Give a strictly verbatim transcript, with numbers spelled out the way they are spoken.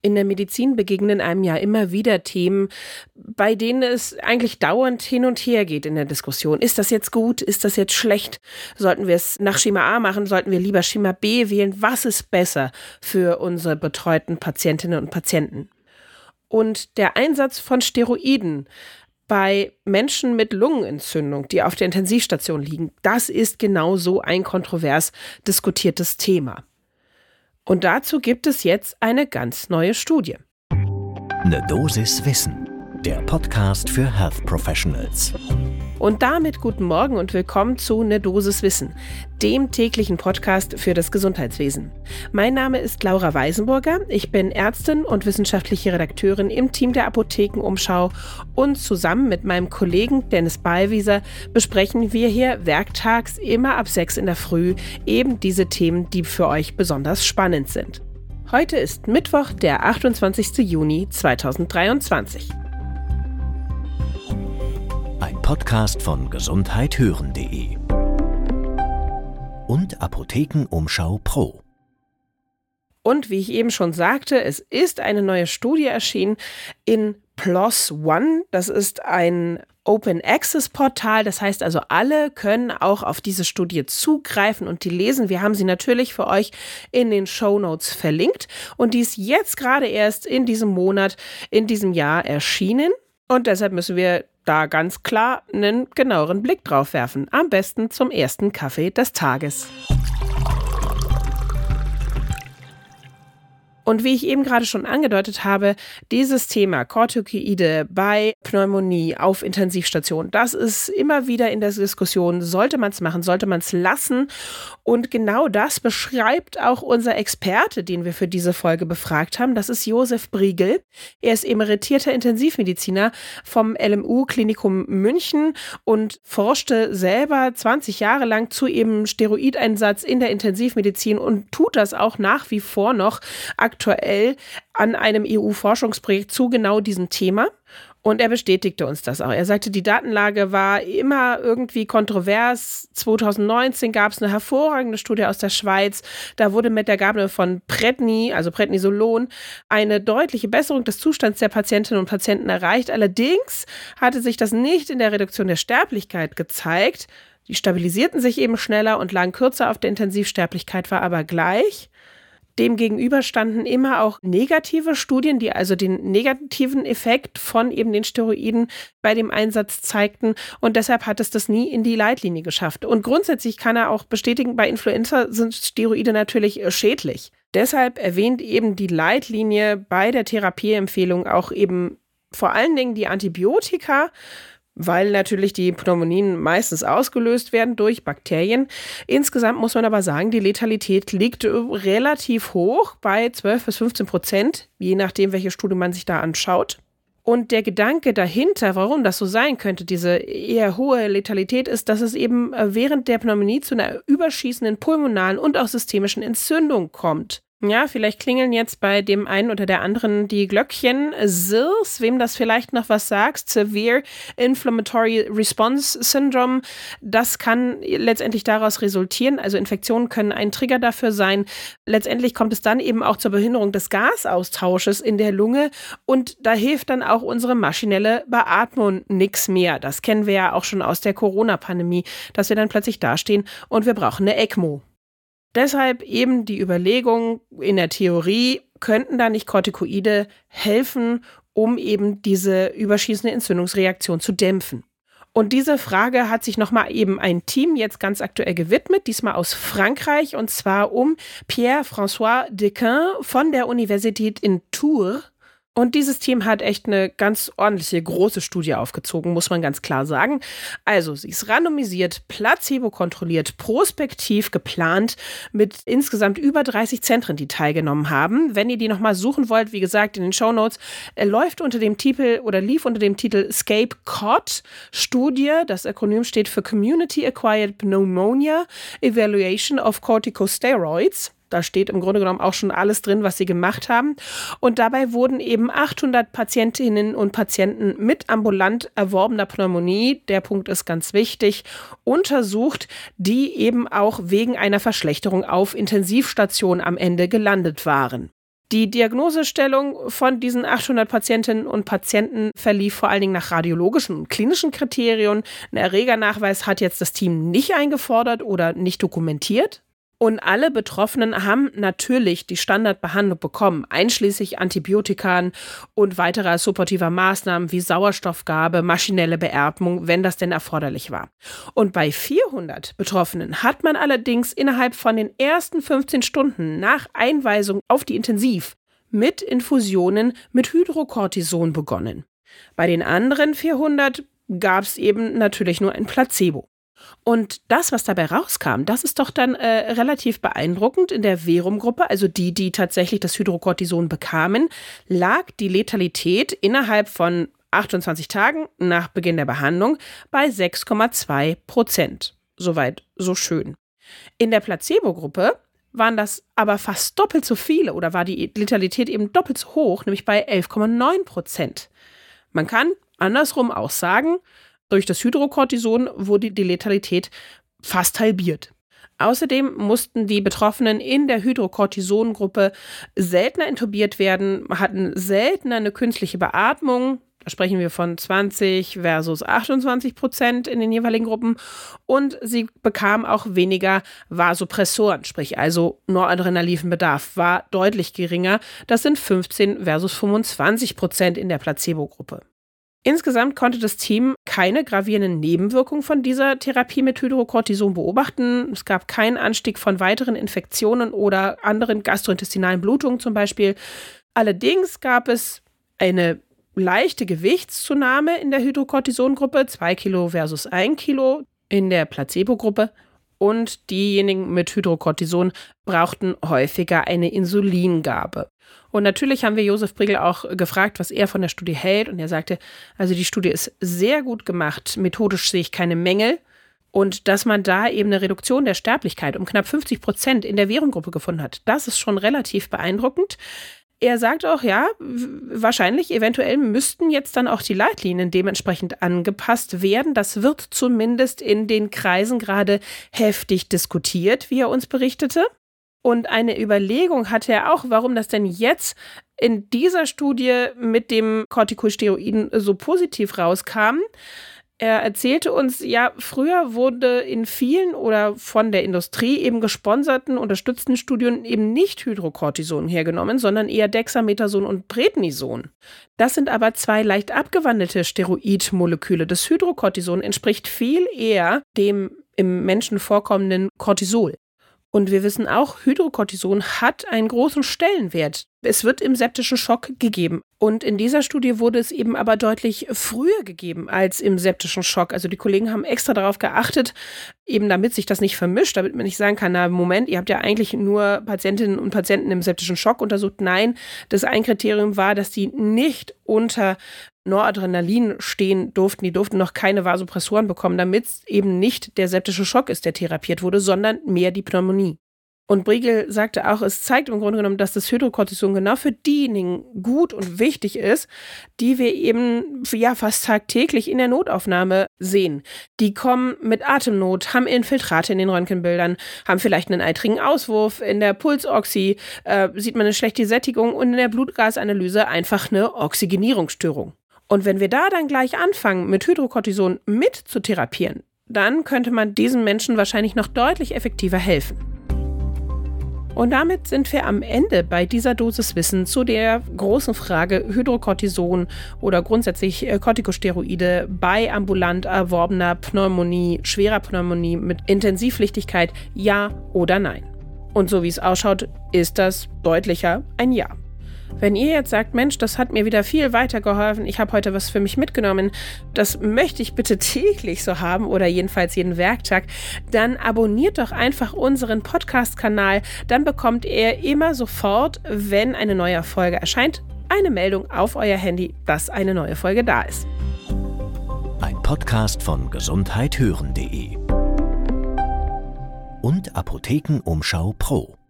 In der Medizin begegnen einem ja immer wieder Themen, bei denen es eigentlich dauernd hin und her geht in der Diskussion. Ist das jetzt gut? Ist das jetzt schlecht? Sollten wir es nach Schema A machen? Sollten wir lieber Schema B wählen? Was ist besser für unsere betreuten Patientinnen und Patienten? Und der Einsatz von Steroiden bei Menschen mit Lungenentzündung, die auf der Intensivstation liegen, das ist genau so ein kontrovers diskutiertes Thema. Und dazu gibt es jetzt eine ganz neue Studie. Eine Dosis Wissen, der Podcast für Health Professionals. Und damit guten Morgen und willkommen zu Ne Dosis Wissen, dem täglichen Podcast für das Gesundheitswesen. Mein Name ist Laura Weisenburger, ich bin Ärztin und wissenschaftliche Redakteurin im Team der Apothekenumschau und zusammen mit meinem Kollegen Dennis Ballwieser besprechen wir hier werktags immer ab sechs in der Früh eben diese Themen, die für euch besonders spannend sind. Heute ist Mittwoch, der achtundzwanzigster Juni zweitausenddreiundzwanzig. Podcast von gesundheit hören punkt de und Apothekenumschau Pro. Und wie ich eben schon sagte, es ist eine neue Studie erschienen in PLOS One. Das ist ein Open-Access-Portal, das heißt also, alle können auch auf diese Studie zugreifen und die lesen. Wir haben sie natürlich für euch in den Shownotes verlinkt und die ist jetzt gerade erst in diesem Monat, in diesem Jahr erschienen und deshalb müssen wir da ganz klar einen genaueren Blick drauf werfen. Am besten zum ersten Kaffee des Tages. Und wie ich eben gerade schon angedeutet habe, dieses Thema Corticoide bei Pneumonie auf Intensivstation, das ist immer wieder in der Diskussion, sollte man es machen, sollte man es lassen? Und genau das beschreibt auch unser Experte, den wir für diese Folge befragt haben, das ist Josef Briegel. Er ist emeritierter Intensivmediziner vom L M U-Klinikum München und forschte selber zwanzig Jahre lang zu eben Steroideinsatz in der Intensivmedizin und tut das auch nach wie vor noch aktuell an einem E U-Forschungsprojekt zu genau diesem Thema. Und er bestätigte uns das auch. Er sagte, die Datenlage war immer irgendwie kontrovers. zweitausendneunzehn gab es eine hervorragende Studie aus der Schweiz. Da wurde mit der Gabe von Predni, also Prednisolon, eine deutliche Besserung des Zustands der Patientinnen und Patienten erreicht. Allerdings hatte sich das nicht in der Reduktion der Sterblichkeit gezeigt. Die stabilisierten sich eben schneller und lagen kürzer auf der Intensivsterblichkeit, war aber gleich. Demgegenüber standen immer auch negative Studien, die also den negativen Effekt von eben den Steroiden bei dem Einsatz zeigten. Und deshalb hat es das nie in die Leitlinie geschafft. Und grundsätzlich kann er auch bestätigen, bei Influenza sind Steroide natürlich schädlich. Deshalb erwähnt eben die Leitlinie bei der Therapieempfehlung auch eben vor allen Dingen die Antibiotika, weil natürlich die Pneumonien meistens ausgelöst werden durch Bakterien. Insgesamt muss man aber sagen, die Letalität liegt relativ hoch bei zwölf bis fünfzehn Prozent, je nachdem, welche Studie man sich da anschaut. Und der Gedanke dahinter, warum das so sein könnte, diese eher hohe Letalität, ist, dass es eben während der Pneumonie zu einer überschießenden pulmonalen und auch systemischen Entzündung kommt. Ja, vielleicht klingeln jetzt bei dem einen oder der anderen die Glöckchen. S I R S, wem das vielleicht noch was sagt, Severe Inflammatory Response Syndrome, das kann letztendlich daraus resultieren. Also Infektionen können ein Trigger dafür sein. Letztendlich kommt es dann eben auch zur Behinderung des Gasaustausches in der Lunge und da hilft dann auch unsere maschinelle Beatmung nichts mehr. Das kennen wir ja auch schon aus der Corona-Pandemie, dass wir dann plötzlich dastehen und wir brauchen eine ECMO. Deshalb eben die Überlegung, in der Theorie könnten da nicht Corticoide helfen, um eben diese überschießende Entzündungsreaktion zu dämpfen. Und diese Frage hat sich nochmal eben ein Team jetzt ganz aktuell gewidmet, diesmal aus Frankreich, und zwar um Pierre-François Dequin von der Universität in Tours. Und dieses Team hat echt eine ganz ordentliche, große Studie aufgezogen, muss man ganz klar sagen. Also, sie ist randomisiert, placebo-kontrolliert, prospektiv geplant mit insgesamt über dreißig Zentren, die teilgenommen haben. Wenn ihr die nochmal suchen wollt, wie gesagt, in den Shownotes, er läuft unter dem Titel oder lief unter dem Titel SCAPE-C O T-Studie. Das Akronym steht für Community Acquired Pneumonia Evaluation of Corticosteroids. Da steht im Grunde genommen auch schon alles drin, was sie gemacht haben. Und dabei wurden eben achthundert Patientinnen und Patienten mit ambulant erworbener Pneumonie, der Punkt ist ganz wichtig, untersucht, die eben auch wegen einer Verschlechterung auf Intensivstation am Ende gelandet waren. Die Diagnosestellung von diesen achthundert Patientinnen und Patienten verlief vor allen Dingen nach radiologischen und klinischen Kriterien. Ein Erregernachweis hat jetzt das Team nicht eingefordert oder nicht dokumentiert. Und alle Betroffenen haben natürlich die Standardbehandlung bekommen, einschließlich Antibiotika und weiterer supportiver Maßnahmen wie Sauerstoffgabe, maschinelle Beatmung, wenn das denn erforderlich war. Und bei vierhundert Betroffenen hat man allerdings innerhalb von den ersten fünfzehn Stunden nach Einweisung auf die Intensiv mit Infusionen mit Hydrocortison begonnen. Bei den anderen vierhundert gab es eben natürlich nur ein Placebo. Und das, was dabei rauskam, das ist doch dann äh, relativ beeindruckend. In der Verum-Gruppe, also die, die tatsächlich das Hydrocortison bekamen, lag die Letalität innerhalb von achtundzwanzig Tagen nach Beginn der Behandlung bei sechs Komma zwei Prozent. Soweit, so schön. In der Placebo-Gruppe waren das aber fast doppelt so viele oder war die Letalität eben doppelt so hoch, nämlich bei elf Komma neun Prozent. Man kann andersrum auch sagen, durch das Hydrocortison wurde die Letalität fast halbiert. Außerdem mussten die Betroffenen in der Hydrocortison-Gruppe seltener intubiert werden, hatten seltener eine künstliche Beatmung. Da sprechen wir von zwanzig versus achtundzwanzig Prozent in den jeweiligen Gruppen. Und sie bekamen auch weniger Vasopressoren, sprich also Noradrenalinbedarf war deutlich geringer. Das sind fünfzehn versus fünfundzwanzig Prozent in der Placebo-Gruppe. Insgesamt konnte das Team keine gravierenden Nebenwirkungen von dieser Therapie mit Hydrocortison beobachten. Es gab keinen Anstieg von weiteren Infektionen oder anderen gastrointestinalen Blutungen zum Beispiel. Allerdings gab es eine leichte Gewichtszunahme in der Hydrocortison-Gruppe, zwei Kilo versus ein Kilo in der Placebo-Gruppe. Und diejenigen mit Hydrocortison brauchten häufiger eine Insulingabe. Und natürlich haben wir Josef Brigel auch gefragt, was er von der Studie hält. Und er sagte, also die Studie ist sehr gut gemacht. Methodisch sehe ich keine Mängel. Und dass man da eben eine Reduktion der Sterblichkeit um knapp fünfzig Prozent in der Verum-Gruppe gefunden hat, das ist schon relativ beeindruckend. Er sagt auch, ja, wahrscheinlich, eventuell müssten jetzt dann auch die Leitlinien dementsprechend angepasst werden. Das wird zumindest in den Kreisen gerade heftig diskutiert, wie er uns berichtete. Und eine Überlegung hatte er auch, warum das denn jetzt in dieser Studie mit dem Corticosteroiden so positiv rauskam. Er erzählte uns, ja, früher wurde in vielen oder von der Industrie eben gesponserten, unterstützten Studien eben nicht Hydrocortison hergenommen, sondern eher Dexamethason und Prednison. Das sind aber zwei leicht abgewandelte Steroidmoleküle. Das Hydrocortison entspricht viel eher dem im Menschen vorkommenden Cortisol. Und wir wissen auch, Hydrocortison hat einen großen Stellenwert. Es wird im septischen Schock gegeben. Und in dieser Studie wurde es eben aber deutlich früher gegeben als im septischen Schock. Also die Kollegen haben extra darauf geachtet, eben damit sich das nicht vermischt, damit man nicht sagen kann, na Moment, ihr habt ja eigentlich nur Patientinnen und Patienten im septischen Schock untersucht. Nein, das ein Kriterium war, dass die nicht unter Noradrenalin stehen durften. Die durften noch keine Vasopressoren bekommen, damit es eben nicht der septische Schock ist, der therapiert wurde, sondern mehr die Pneumonie. Und Brigel sagte auch, es zeigt im Grunde genommen, dass das Hydrocortison genau für diejenigen gut und wichtig ist, die wir eben ja fast tagtäglich in der Notaufnahme sehen. Die kommen mit Atemnot, haben Infiltrate in den Röntgenbildern, haben vielleicht einen eitrigen Auswurf, in der Pulsoxy äh, sieht man eine schlechte Sättigung und in der Blutgasanalyse einfach eine Oxygenierungsstörung. Und wenn wir da dann gleich anfangen, mit Hydrocortison mit zu therapieren, dann könnte man diesen Menschen wahrscheinlich noch deutlich effektiver helfen. Und damit sind wir am Ende bei dieser Dosis Wissen zu der großen Frage Hydrocortison oder grundsätzlich Corticosteroide bei ambulant erworbener Pneumonie, schwerer Pneumonie mit Intensivpflichtigkeit, ja oder nein. Und so wie es ausschaut, ist das deutlicher ein Ja. Wenn ihr jetzt sagt, Mensch, das hat mir wieder viel weitergeholfen, ich habe heute was für mich mitgenommen, das möchte ich bitte täglich so haben oder jedenfalls jeden Werktag, dann abonniert doch einfach unseren Podcast-Kanal, dann bekommt ihr immer sofort, wenn eine neue Folge erscheint, eine Meldung auf euer Handy, dass eine neue Folge da ist. Ein Podcast von gesundheit hören punkt de und Apothekenumschau Pro.